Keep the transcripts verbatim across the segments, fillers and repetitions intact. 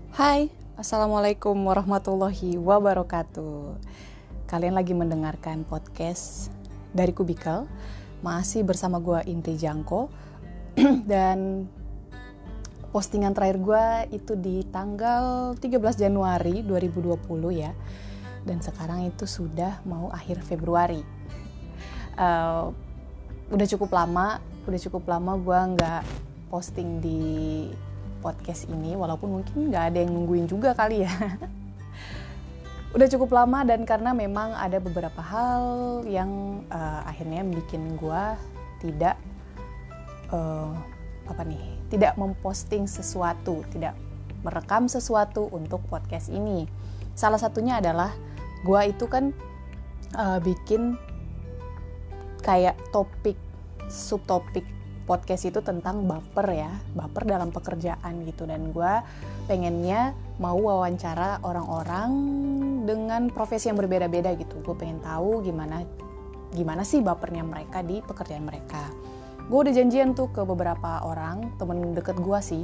Hai, Assalamualaikum warahmatullahi wabarakatuh. Kalian lagi mendengarkan podcast dari Kubikel. Masih bersama gue Inti Jangko. Dan postingan terakhir gue itu di tanggal tiga belas Januari dua ribu dua puluh ya. Dan sekarang itu sudah mau akhir Februari. uh, Udah cukup lama Udah cukup lama gue gak posting di podcast ini, walaupun mungkin gak ada yang nungguin juga kali ya. Udah cukup lama dan karena memang ada beberapa hal yang uh, akhirnya bikin gue tidak uh, apa nih, tidak memposting sesuatu, tidak merekam sesuatu untuk podcast ini. Salah satunya adalah gue itu kan uh, bikin kayak topik, subtopik podcast itu tentang baper ya, baper dalam pekerjaan gitu. Dan gue pengennya mau wawancara orang-orang dengan profesi yang berbeda-beda gitu. Gue pengen tahu gimana gimana sih bapernya mereka di pekerjaan mereka. Gue udah janjian tuh ke beberapa orang, temen deket gue sih.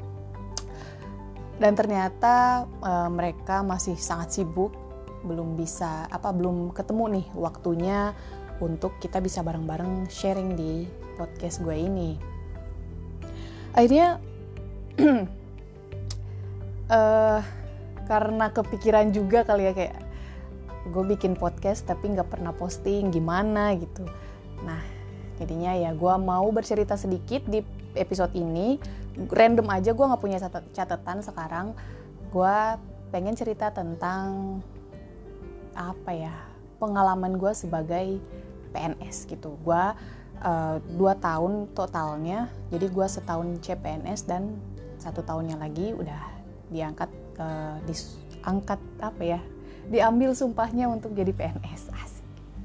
Dan ternyata e, mereka masih sangat sibuk, belum bisa apa belum ketemu nih waktunya untuk kita bisa bareng-bareng sharing di podcast gue ini. Akhirnya uh, karena kepikiran juga kali ya, kayak gue bikin podcast tapi gak pernah posting, gimana gitu. Nah jadinya ya gue mau bercerita sedikit di episode ini. Random aja, gue gak punya catatan sekarang. Gue pengen cerita tentang apa ya, pengalaman gue sebagai P N S gitu. Gue Uh, dua tahun totalnya, jadi gue setahun C P N S dan satu tahunnya lagi udah diangkat, uh, diangkat apa ya, diambil sumpahnya untuk jadi P N S. Asik.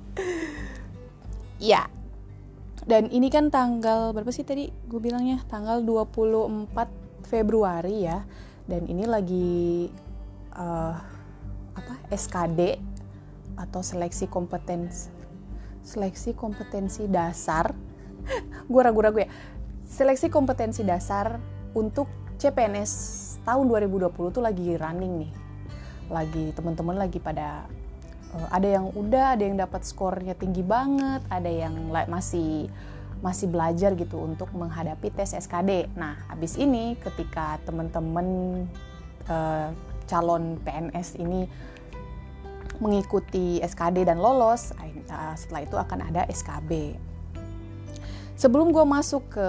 Ya, dan ini kan tanggal berapa sih tadi gue bilangnya, tanggal dua puluh empat Februari ya, dan ini lagi uh, apa S K D atau seleksi kompetensi Seleksi kompetensi dasar, gue ragu-ragu ya, seleksi kompetensi dasar untuk C P N S tahun dua ribu dua puluh tuh lagi running nih. Lagi teman-teman lagi pada, uh, ada yang udah, ada yang dapat skornya tinggi banget, ada yang masih masih belajar gitu untuk menghadapi tes S K D. Nah, abis ini ketika teman-teman uh, calon P N S ini mengikuti S K D dan lolos, setelah itu akan ada S K B. Sebelum gue masuk ke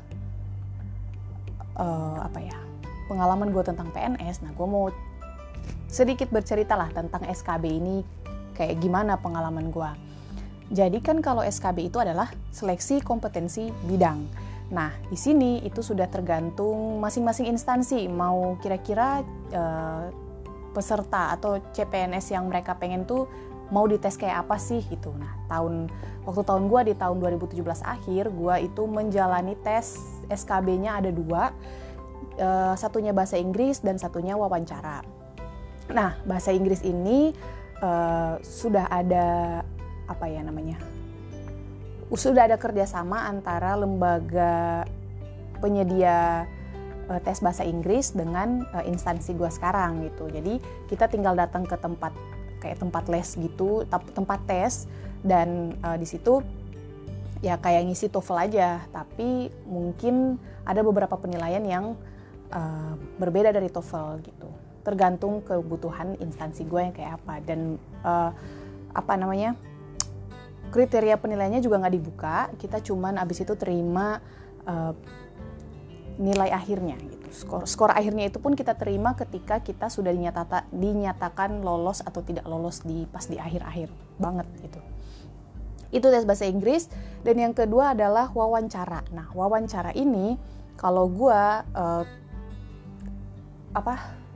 uh, apa ya, pengalaman gue tentang P N S, nah gue mau sedikit bercerita lah tentang S K B ini, kayak gimana pengalaman gue. Jadi kan kalau S K B itu adalah seleksi kompetensi bidang. Nah di sini itu sudah tergantung masing-masing instansi mau kira-kira uh, peserta atau C P N S yang mereka pengen tuh mau dites kayak apa sih gitu. Nah tahun waktu tahun gue di tahun dua ribu tujuh belas akhir, gue itu menjalani tes S K B-nya ada dua, e, satunya bahasa Inggris dan satunya wawancara. Nah bahasa Inggris ini e, sudah ada apa ya namanya, sudah ada kerjasama antara lembaga penyedia e, tes bahasa Inggris dengan e, instansi gue sekarang gitu. Jadi kita tinggal datang ke tempat kayak tempat les gitu, tempat tes, dan uh, di situ ya kayak ngisi TOEFL aja, tapi mungkin ada beberapa penilaian yang uh, berbeda dari TOEFL gitu, tergantung kebutuhan instansi gue yang kayak apa. Dan uh, apa namanya, kriteria penilaiannya juga nggak dibuka, kita cuman abis itu terima uh, nilai akhirnya gitu. Skor, skor akhirnya itu pun kita terima ketika kita sudah dinyatata, dinyatakan lolos atau tidak lolos di pas di akhir-akhir banget gitu. Itu tes bahasa Inggris. Dan yang kedua adalah wawancara. Nah wawancara ini kalau gue uh, apa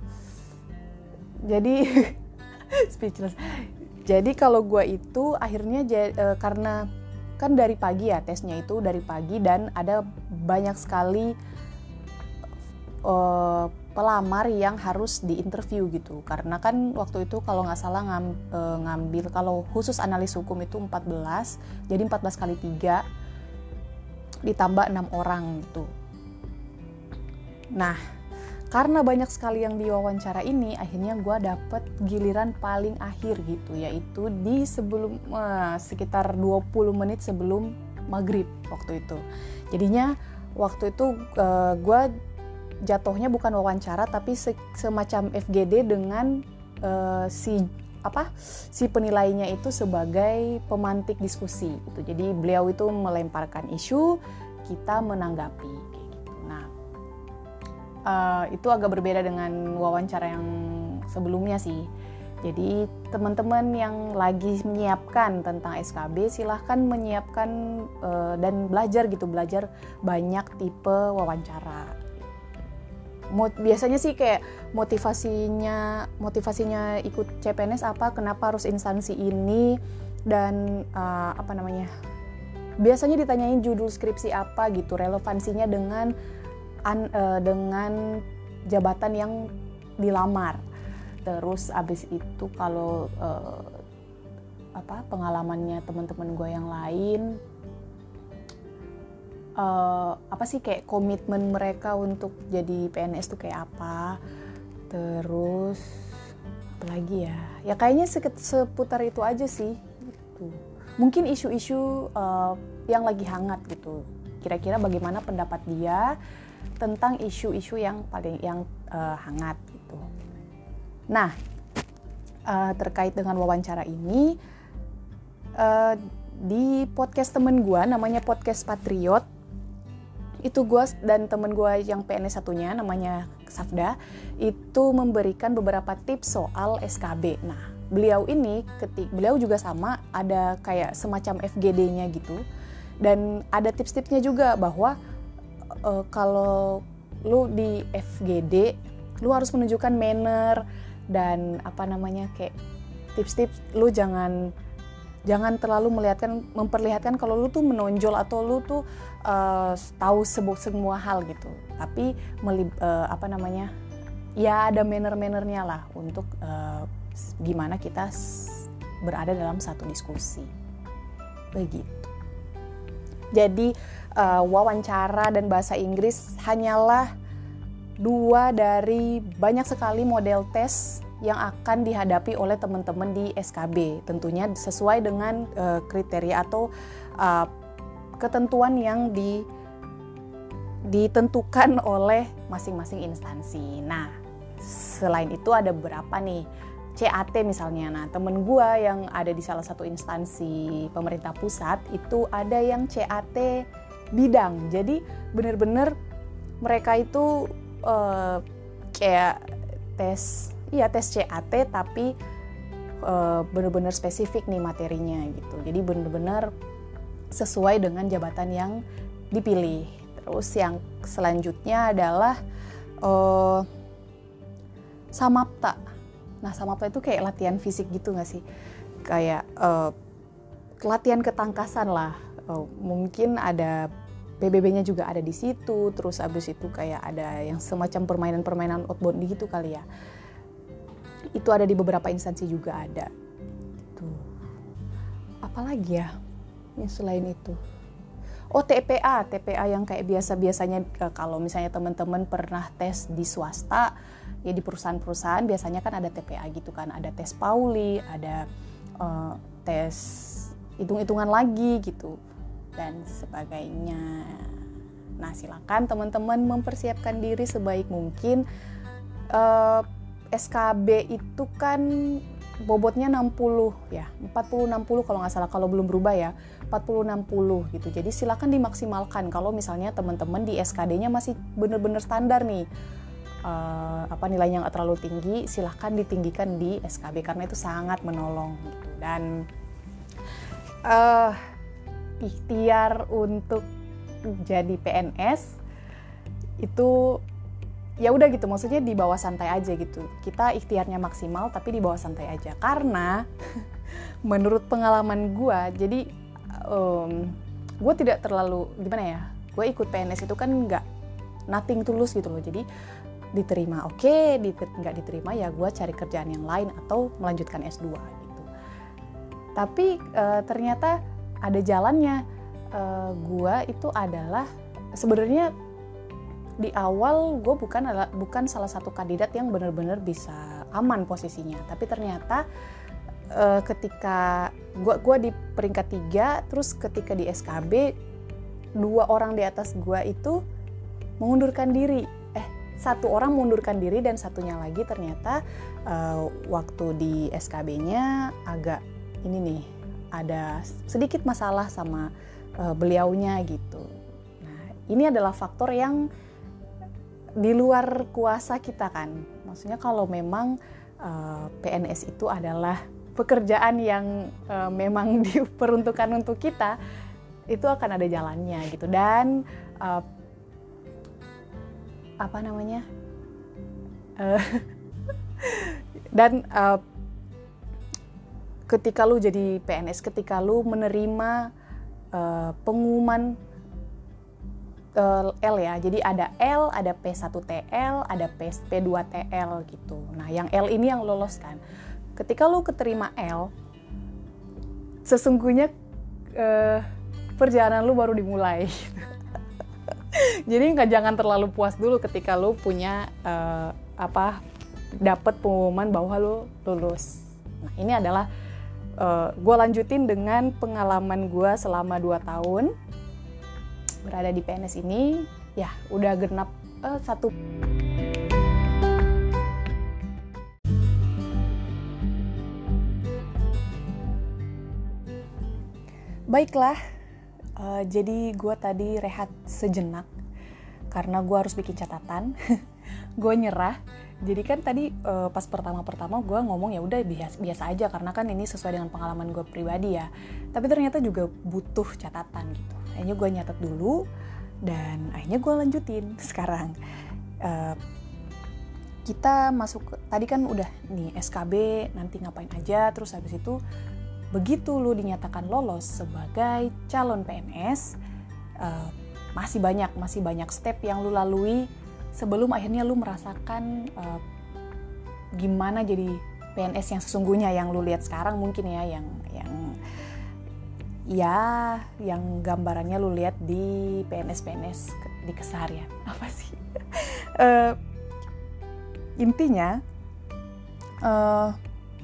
jadi speechless. Jadi kalau gue itu akhirnya uh, karena kan dari pagi ya, tesnya itu dari pagi dan ada banyak sekali Uh, pelamar yang harus diinterview gitu, karena kan waktu itu kalau nggak salah ngam, uh, ngambil kalau khusus analis hukum itu empat belas, jadi empat belas kali tiga ditambah enam orang gitu. Nah karena banyak sekali yang diwawancara ini, akhirnya gue dapet giliran paling akhir gitu, yaitu di sebelum uh, sekitar dua puluh menit sebelum maghrib waktu itu. Jadinya waktu itu uh, gue jatuhnya bukan wawancara tapi se- semacam F G D dengan uh, si apa si penilainya itu sebagai pemantik diskusi gitu. Jadi beliau itu melemparkan isu, kita menanggapi. Uh, itu agak berbeda dengan wawancara yang sebelumnya sih. Jadi teman-teman yang lagi menyiapkan tentang S K B silahkan menyiapkan uh, dan belajar gitu, belajar banyak tipe wawancara. Mo- biasanya sih kayak motivasinya motivasinya ikut C P N S apa, kenapa harus instansi ini, dan uh, apa namanya, biasanya ditanyain judul skripsi apa gitu, relevansinya dengan An, uh, dengan jabatan yang dilamar. Terus abis itu kalau uh, apa pengalamannya teman-teman gue yang lain, uh, apa sih kayak komitmen mereka untuk jadi P N S tuh kayak apa. Terus apa lagi ya? Ya kayaknya seputar itu aja sih. Gitu. Mungkin isu-isu uh, yang lagi hangat gitu. Kira-kira bagaimana pendapat dia tentang isu-isu yang paling yang uh, hangat gitu. Nah, uh, terkait dengan wawancara ini, uh, di podcast temen gue namanya Podcast Patriot, itu gue dan temen gue yang P N S satunya namanya Safda, itu memberikan beberapa tips soal S K B. Nah, beliau ini, ketik, beliau juga sama, ada kayak semacam F G D-nya gitu, dan ada tips-tipsnya juga bahwa Uh, kalau lu di F G D, lu harus menunjukkan manner dan apa namanya kayak tips-tips, lu jangan jangan terlalu melihatkan memperlihatkan kalau lu tuh menonjol atau lu tuh uh, tahu sebut semua hal gitu. Tapi melib, uh, apa namanya ya ada manner-mannernya lah untuk uh, gimana kita berada dalam satu diskusi. Begitu. Jadi uh, wawancara dan bahasa Inggris hanyalah dua dari banyak sekali model tes yang akan dihadapi oleh teman-teman di S K B. Tentunya sesuai dengan uh, kriteria atau uh, ketentuan yang di, ditentukan oleh masing-masing instansi. Nah, selain itu ada beberapa nih. C A T misalnya, nah temen gue yang ada di salah satu instansi pemerintah pusat itu ada yang C A T bidang, jadi bener-bener mereka itu uh, kayak tes, iya tes C A T tapi uh, bener-bener spesifik nih materinya gitu, jadi bener-bener sesuai dengan jabatan yang dipilih. Terus yang selanjutnya adalah uh, Samapta. Nah, Samapta itu kayak latihan fisik gitu gak sih? Kayak uh, latihan ketangkasan lah. Uh, mungkin ada P B B-nya juga ada di situ. Terus abis itu kayak ada yang semacam permainan-permainan outbound gitu kali ya. Itu ada di beberapa instansi juga ada. Tuh. Apalagi ya yang selain itu? Oh, T P A. T P A yang kayak biasa-biasanya uh, kalau misalnya teman-teman pernah tes di swasta, ya di perusahaan-perusahaan biasanya kan ada T P A gitu kan, ada tes Pauli, ada uh, tes hitung-hitungan lagi gitu dan sebagainya. Nah, silakan teman-teman mempersiapkan diri sebaik mungkin. Uh, S K B itu kan bobotnya enam puluh ya, empat puluh enam puluh kalau nggak salah, kalau belum berubah ya, empat puluh enam puluh gitu. Jadi silakan dimaksimalkan kalau misalnya teman-teman di S K D-nya masih benar-benar standar nih. Uh, apa nilainya nggak terlalu tinggi, silahkan ditinggikan di S K B karena itu sangat menolong gitu. Dan uh, ikhtiar untuk jadi P N S itu ya udah gitu, maksudnya di bawah santai aja gitu. Kita ikhtiarnya maksimal tapi di bawah santai aja karena menurut pengalaman gue, jadi um, gue tidak terlalu gimana ya, gue ikut P N S itu kan nggak nothing tulus gitu loh. Jadi diterima oke, okay, nggak diterima ya gue cari kerjaan yang lain atau melanjutkan S dua gitu. Tapi e, ternyata ada jalannya. E, gue itu adalah sebenarnya di awal gue bukan adalah bukan salah satu kandidat yang benar-benar bisa aman posisinya, tapi ternyata uh, ketika gue gue di peringkat tiga, terus ketika di S K B dua orang di atas gue itu mengundurkan diri, eh satu orang mengundurkan diri dan satunya lagi ternyata uh, waktu di S K B-nya agak ini nih ada sedikit masalah sama uh, beliaunya gitu. Nah ini adalah faktor yang di luar kuasa kita kan. Maksudnya kalau memang uh, P N S itu adalah pekerjaan yang uh, memang diperuntukkan untuk kita, itu akan ada jalannya gitu. Dan uh, apa namanya uh, dan uh, ketika lu jadi P N S, ketika lu menerima uh, pengumuman uh, L ya, jadi ada L, ada P satu T L, ada P dua T L gitu. Nah yang L ini yang lolos kan. Ketika lu keterima L, sesungguhnya uh, perjalanan lu baru dimulai. Jadi nggak jangan terlalu puas dulu ketika lu punya uh, apa dapat pengumuman bahwa lu lulus. Nah ini adalah uh, gue lanjutin dengan pengalaman gue selama dua tahun berada di P N S ini. Ya udah genap uh, satu. Baiklah. Uh, jadi gue tadi rehat sejenak karena gue harus bikin catatan. Gue nyerah. Jadi kan tadi uh, pas pertama-pertama gue ngomong ya udah biasa, biasa aja karena kan ini sesuai dengan pengalaman gue pribadi ya. Tapi ternyata juga butuh catatan gitu. Akhirnya gue nyatet dulu dan akhirnya gue lanjutin sekarang. Uh, kita masuk ke, tadi kan udah nih S K B nanti ngapain aja, terus habis itu begitu lu dinyatakan lolos sebagai calon P N S, uh, masih banyak, masih banyak step yang lu lalui sebelum akhirnya lu merasakan uh, gimana jadi P N S yang sesungguhnya yang lu lihat sekarang mungkin ya, yang yang ya yang gambarannya lu lihat di P N S P N S di keseharian. Apa sih? uh, intinya uh,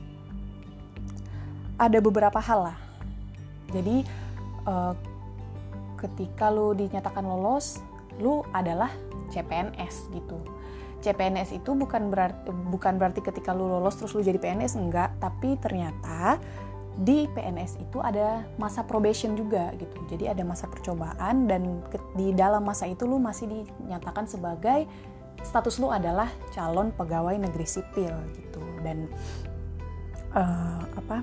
ada beberapa hal lah. Jadi uh, ketika lu dinyatakan lolos, lu adalah C P N S gitu. C P N S itu bukan berarti bukan berarti ketika lu lolos terus lu jadi P N S, enggak, tapi ternyata di P N S itu ada masa probation juga gitu. Jadi ada masa percobaan dan ke, di dalam masa itu lu masih dinyatakan sebagai status lu adalah calon pegawai negeri sipil gitu. Dan uh, apa?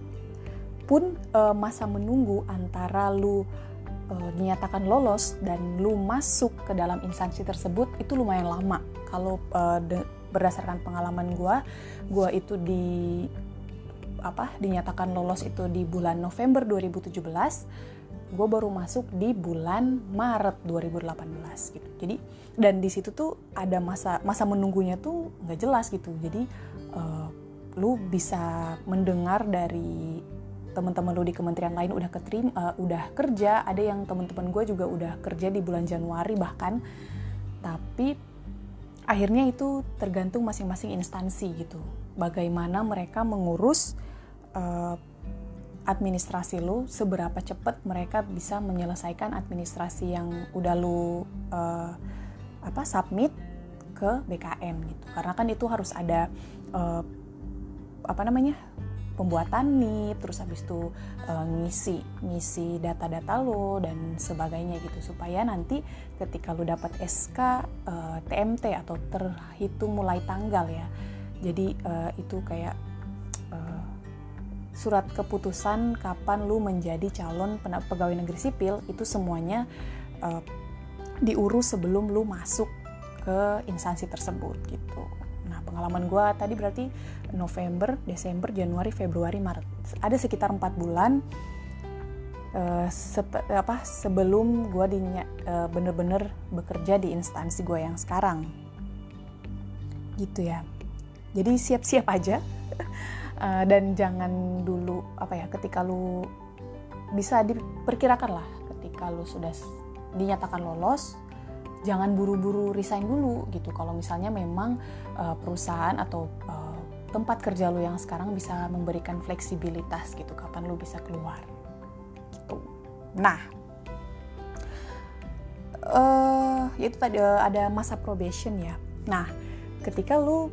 pun uh, masa menunggu antara lu uh, dinyatakan lolos dan lu masuk ke dalam instansi tersebut itu lumayan lama. Kalau uh, de- berdasarkan pengalaman gue, gue itu di apa dinyatakan lolos itu di bulan November dua ribu tujuh belas, gue baru masuk di bulan Maret dua ribu delapan belas gitu. Jadi dan di situ tuh ada masa masa menunggunya tuh nggak jelas gitu. Jadi uh, lu bisa mendengar dari teman-teman lu di kementerian lain udah keterima, uh, udah kerja, ada yang teman-teman gue juga udah kerja di bulan Januari bahkan, tapi akhirnya itu tergantung masing-masing instansi gitu, bagaimana mereka mengurus uh, administrasi lu, seberapa cepat mereka bisa menyelesaikan administrasi yang udah lu uh, apa submit ke B K N gitu, karena kan itu harus ada uh, apa namanya pembuatan N I P, terus habis itu uh, ngisi ngisi data-data lo dan sebagainya gitu, supaya nanti ketika lo dapat S K uh, T M T atau terhitung mulai tanggal ya, jadi uh, itu kayak uh, surat keputusan kapan lo menjadi calon pegawai negeri sipil, itu semuanya uh, diurus sebelum lo masuk ke instansi tersebut gitu. Nah, pengalaman gue tadi berarti November, Desember, Januari, Februari, Maret. Ada sekitar empat bulan uh, sep- apa, sebelum gue dinya- uh, bener-bener bekerja di instansi gue yang sekarang. Gitu ya. Jadi siap-siap aja. uh, dan jangan dulu, apa ya, ketika lu bisa diperkirakan lah, ketika lu sudah dinyatakan lolos, jangan buru-buru resign dulu gitu. Kalau misalnya memang uh, perusahaan atau uh, tempat kerja lu yang sekarang bisa memberikan fleksibilitas gitu, kapan lu bisa keluar gitu. Nah, uh, itu tadi ada masa probation ya. Nah, ketika lu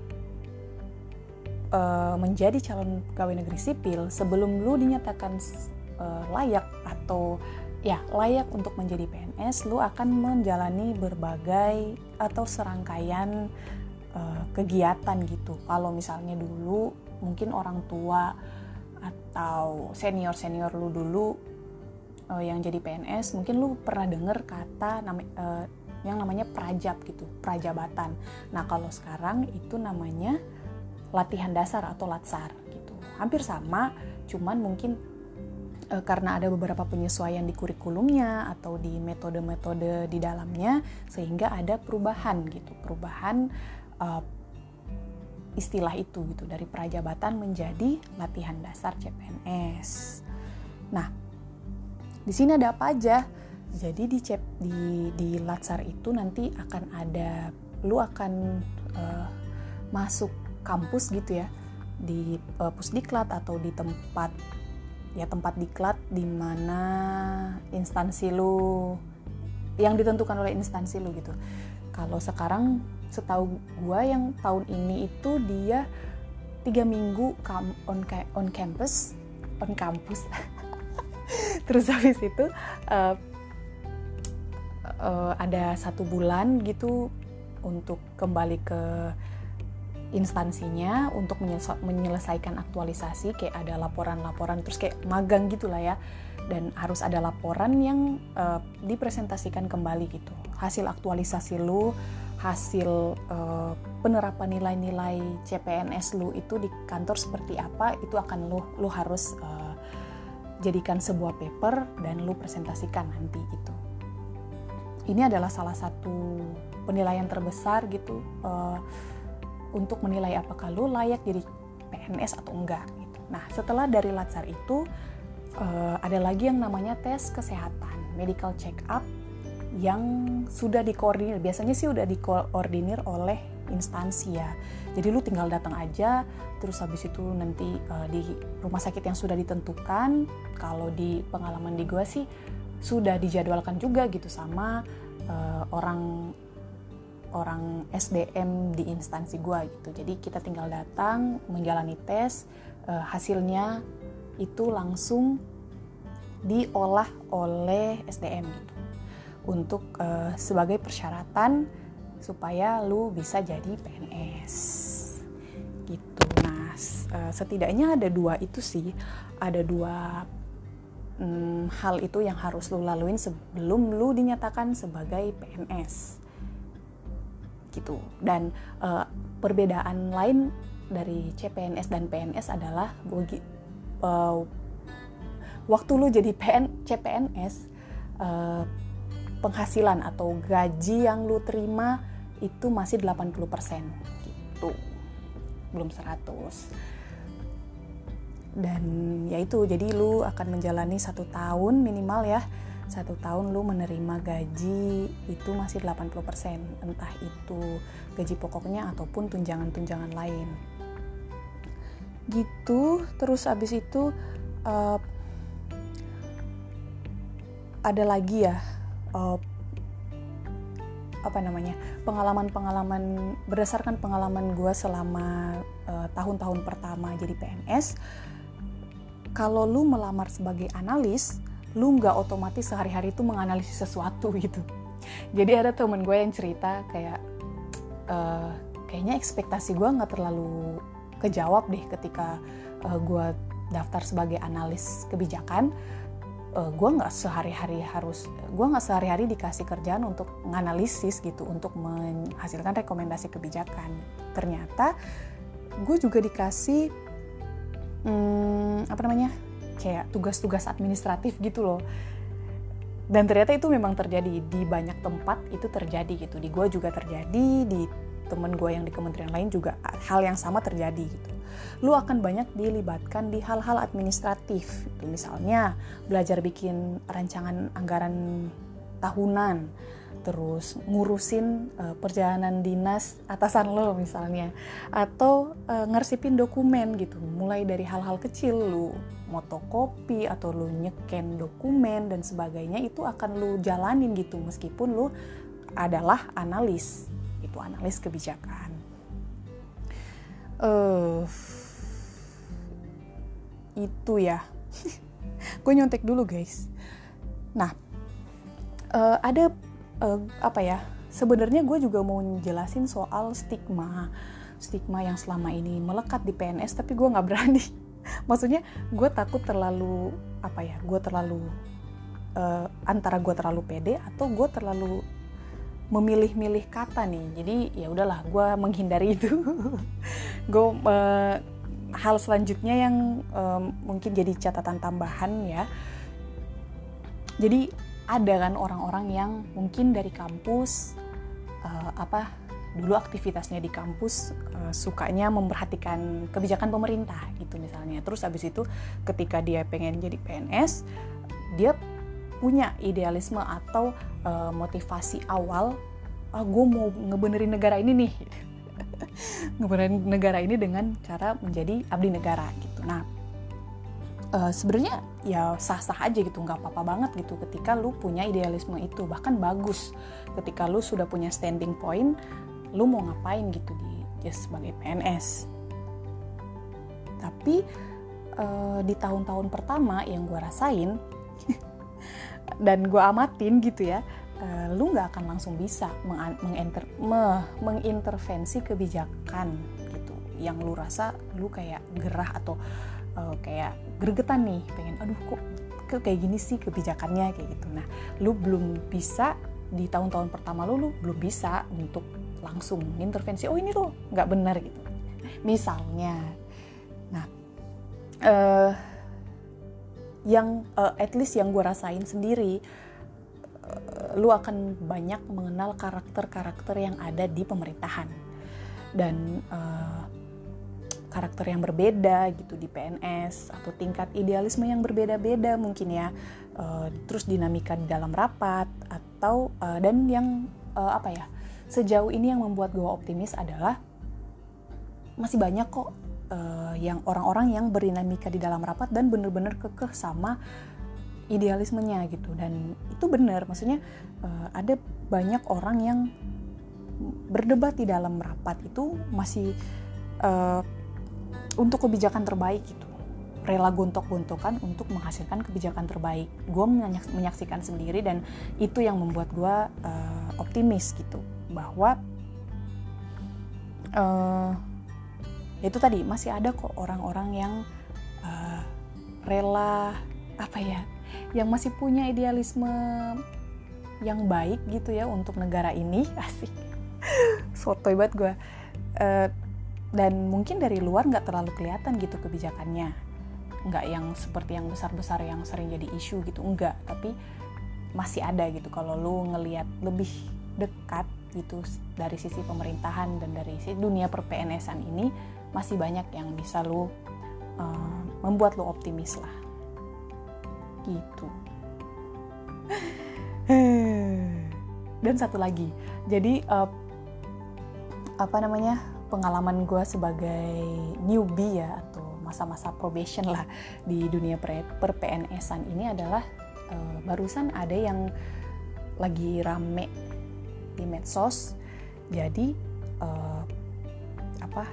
uh, menjadi calon pegawai negeri sipil, sebelum lu dinyatakan uh, layak atau ya layak untuk menjadi P N S, lu akan menjalani berbagai atau serangkaian uh, kegiatan gitu. Kalau misalnya dulu mungkin orang tua atau senior-senior lu dulu uh, yang jadi P N S, mungkin lu pernah dengar kata nama, uh, yang namanya prajab gitu, prajabatan. Nah, kalau sekarang itu namanya latihan dasar atau latsar gitu. Hampir sama, cuman mungkin E, karena ada beberapa penyesuaian di kurikulumnya atau di metode-metode di dalamnya, sehingga ada perubahan gitu, perubahan e, istilah itu gitu, dari prajabatan menjadi latihan dasar C P N S. Nah, di sini ada apa aja? Jadi di cep, di di latsar itu nanti akan ada, lu akan e, masuk kampus gitu ya, di e, Pusdiklat atau di tempat ya tempat diklat di mana instansi lu yang ditentukan oleh instansi lu gitu. Kalau sekarang setahu gua yang tahun ini itu dia tiga minggu on on campus on kampus. Terus habis itu uh, uh, ada satu bulan gitu untuk kembali ke instansinya untuk menyelesaikan aktualisasi, kayak ada laporan-laporan, terus kayak magang gitulah ya, dan harus ada laporan yang uh, dipresentasikan kembali gitu, hasil aktualisasi lu, hasil uh, penerapan nilai-nilai C P N S lu itu di kantor seperti apa, itu akan lu lu harus uh, jadikan sebuah paper dan lu presentasikan nanti gitu. Ini adalah salah satu penilaian terbesar gitu, uh, untuk menilai apakah lu layak jadi P N S atau enggak gitu. Nah, setelah dari latsar itu uh, ada lagi yang namanya tes kesehatan, medical check up, yang sudah dikoordinir. Biasanya sih udah dikoordinir oleh instansi ya. Jadi lu tinggal datang aja, terus habis itu nanti uh, di rumah sakit yang sudah ditentukan. Kalau di pengalaman di gua sih sudah dijadwalkan juga gitu sama uh, orang orang S D M di instansi gua gitu. Jadi kita tinggal datang, menjalani tes, uh, hasilnya itu langsung diolah oleh S D M gitu, untuk uh, sebagai persyaratan supaya lu bisa jadi P N S gitu. Nah, uh, setidaknya ada dua itu sih, ada dua um, hal itu yang harus lu laluin sebelum lu dinyatakan sebagai P N S gitu. Dan uh, perbedaan lain dari C P N S dan P N S adalah bagi, uh, waktu lu jadi P N, C P N S, uh, penghasilan atau gaji yang lu terima itu masih delapan puluh persen gitu, belum seratus. Dan ya itu, jadi lu akan menjalani satu tahun minimal ya, satu tahun lu menerima gaji itu masih delapan puluh persen, entah itu gaji pokoknya ataupun tunjangan-tunjangan lain gitu. Terus abis itu uh, ada lagi ya uh, apa namanya pengalaman-pengalaman berdasarkan pengalaman gue selama uh, tahun-tahun pertama jadi P N S. Kalau lu melamar sebagai analis, lu nggak otomatis sehari-hari itu menganalisis sesuatu gitu. Jadi ada temen gue yang cerita kayak uh, kayaknya ekspektasi gue nggak terlalu kejawab deh ketika uh, gue daftar sebagai analis kebijakan. Uh, gue nggak sehari-hari harus, gue nggak sehari-hari dikasih kerjaan untuk menganalisis gitu, untuk menghasilkan rekomendasi kebijakan. Ternyata gue juga dikasih hmm, apa namanya kayak tugas-tugas administratif gitu loh. Dan ternyata itu memang terjadi di banyak tempat, itu terjadi gitu. Di gue juga terjadi, di temen gue yang di kementerian lain juga hal yang sama terjadi gitu. Lu akan banyak dilibatkan di hal-hal administratif gitu. Misalnya belajar bikin rancangan anggaran tahunan, terus ngurusin uh, perjalanan dinas atasan lo misalnya, atau uh, ngersipin dokumen gitu, mulai dari hal-hal kecil, lu motokopi atau lu nyeken dokumen dan sebagainya, itu akan lu jalanin gitu meskipun lu adalah analis, itu analis kebijakan. Uh, itu ya, gue nyontek dulu guys. Nah, uh, ada uh, apa ya? Sebenarnya gue juga mau jelasin soal stigma, stigma yang selama ini melekat di P N S, tapi gue nggak berani. Maksudnya gue takut terlalu apa ya? Gue terlalu uh, antara gue terlalu pede atau gue terlalu memilih-milih kata nih. Jadi ya udahlah, gue menghindari itu. Gue uh, hal selanjutnya yang uh, mungkin jadi catatan tambahan ya. Jadi ada kan orang-orang yang mungkin dari kampus uh, apa dulu aktivitasnya di kampus uh, sukanya memperhatikan kebijakan pemerintah gitu misalnya. Terus habis itu ketika dia pengen jadi P N S, dia punya idealisme atau uh, motivasi awal, ah gue mau ngebenerin negara ini nih. Ngebenerin negara ini dengan cara menjadi abdi negara gitu. Nah, uh, sebenarnya ya sah-sah aja gitu, nggak apa-apa banget gitu ketika lu punya idealisme itu. Bahkan bagus ketika lu sudah punya standing point, lu mau ngapain gitu di just sebagai P N S. Tapi uh, di tahun-tahun pertama yang gue rasain dan gue amatin gitu ya, uh, lu nggak akan langsung bisa meng- mengenter- me- mengintervensi kebijakan gitu yang lu rasa lu kayak gerah atau uh, kayak gregetan nih, pengen aduh kok kok kayak gini sih kebijakannya kayak gitu. Nah, lu belum bisa di tahun-tahun pertama lu lu belum bisa untuk langsung intervensi, oh ini tuh nggak benar gitu misalnya. Nah, uh, yang uh, at least yang gue rasain sendiri, uh, lu akan banyak mengenal karakter-karakter yang ada di pemerintahan dan uh, karakter yang berbeda gitu di P N S, atau tingkat idealisme yang berbeda-beda mungkin ya, uh, terus dinamika di dalam rapat atau uh, dan yang uh, apa ya, sejauh ini yang membuat gue optimis adalah masih banyak kok Uh, yang orang-orang yang berdinamika di dalam rapat dan benar-benar kekeh sama idealismenya gitu. Dan itu benar, maksudnya uh, ada banyak orang yang berdebat di dalam rapat itu masih uh, untuk kebijakan terbaik gitu, rela gontok-gontokan untuk menghasilkan kebijakan terbaik. Gue menyaksikan sendiri dan itu yang membuat gue uh, optimis gitu, bahwa uh, itu tadi masih ada kok orang-orang yang uh, rela apa ya, yang masih punya idealisme yang baik gitu ya untuk negara ini. Asik, sotoy banget gue. Uh, dan mungkin dari luar nggak terlalu kelihatan gitu kebijakannya, nggak yang seperti yang besar-besar yang sering jadi isu gitu, enggak. Tapi masih ada gitu kalau lu ngelihat lebih dekat gitu dari sisi pemerintahan dan dari sisi dunia per-P N S-an ini, masih banyak yang bisa lu uh, membuat lu optimis lah gitu. Dan satu lagi, jadi uh, apa namanya, pengalaman gue sebagai newbie ya, atau masa-masa probation lah di dunia per-P N S-an ini adalah uh, barusan ada yang lagi rame di medsos. Jadi uh, apa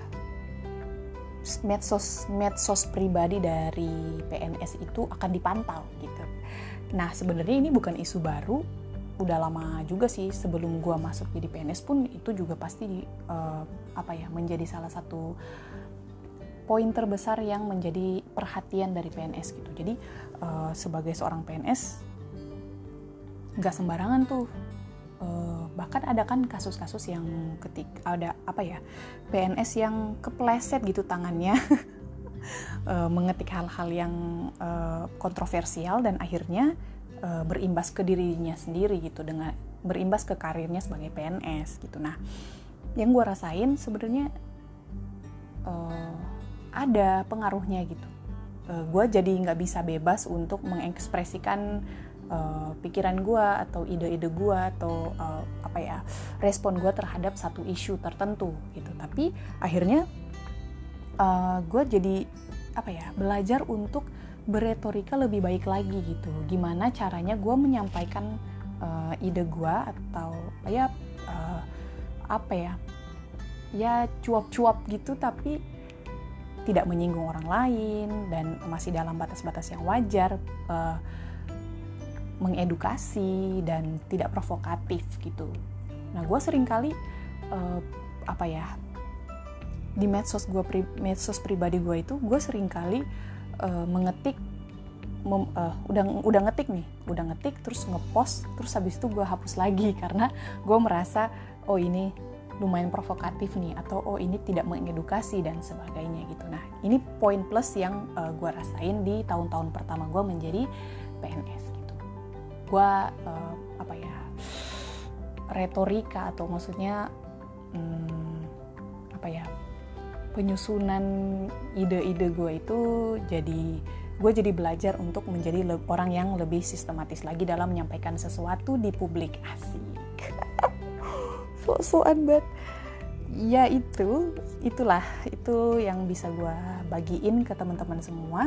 medsos medsos pribadi dari P N S itu akan dipantau gitu. Nah, sebenarnya ini bukan isu baru, udah lama juga sih. Sebelum gua masuk jadi P N S pun itu juga pasti uh, apa ya menjadi salah satu poin terbesar yang menjadi perhatian dari P N S gitu. Jadi uh, sebagai seorang P N S nggak sembarangan tuh. Uh, bahkan ada kan kasus-kasus yang ketik ada apa ya, P N S yang kepleset gitu tangannya uh, mengetik hal-hal yang uh, kontroversial dan akhirnya uh, berimbas ke dirinya sendiri gitu, dengan berimbas ke karirnya sebagai P N S gitu. Nah, yang gue rasain sebenarnya uh, ada pengaruhnya gitu. Uh, gue jadi nggak bisa bebas untuk mengekspresikan uh, pikiran gue atau ide-ide gue atau uh, apa ya respon gue terhadap satu isu tertentu gitu. Tapi akhirnya uh, gue jadi apa ya belajar untuk berretorika lebih baik lagi gitu. Gimana caranya gue menyampaikan uh, ide gue atau ya uh, apa ya ya cuap-cuap gitu tapi tidak menyinggung orang lain dan masih dalam batas-batas yang wajar, uh, mengedukasi dan tidak provokatif gitu. Nah, gue seringkali uh, apa ya di medsos gue pri, medsos pribadi gue itu gue seringkali uh, mengetik mem, uh, udah udah ngetik nih, udah ngetik terus ngepost terus habis itu gue hapus lagi karena gue merasa oh ini lumayan provokatif nih atau oh ini tidak mengedukasi dan sebagainya gitu. Nah ini poin plus yang uh, gue rasain di tahun-tahun pertama gue menjadi P N S gitu. Gue uh, apa ya retorika atau maksudnya hmm, apa ya penyusunan ide-ide gue itu jadi gue jadi belajar untuk menjadi le- orang yang lebih sistematis lagi dalam menyampaikan sesuatu di publik. Asik. So-soan banget. Ya itu, itulah itu yang bisa gue bagiin ke teman-teman semua.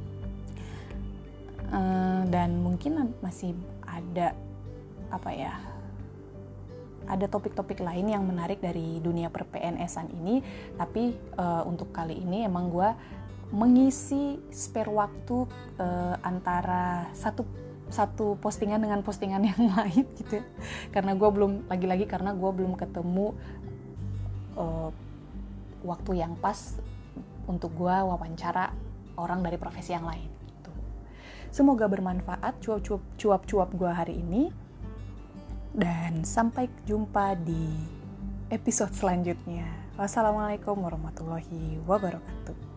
Uh, dan mungkin masih ada apa ya? Ada topik-topik lain yang menarik dari dunia per-P N S-an ini, tapi uh, untuk kali ini emang gue mengisi spare waktu uh, antara satu satu postingan dengan postingan yang lain gitu, karena gue belum lagi-lagi karena gue belum ketemu uh, waktu yang pas untuk gue wawancara orang dari profesi yang lain gitu. Semoga bermanfaat cuap-cuap cuap-cuap gue hari ini. Dan sampai jumpa di episode selanjutnya. Wassalamualaikum warahmatullahi wabarakatuh.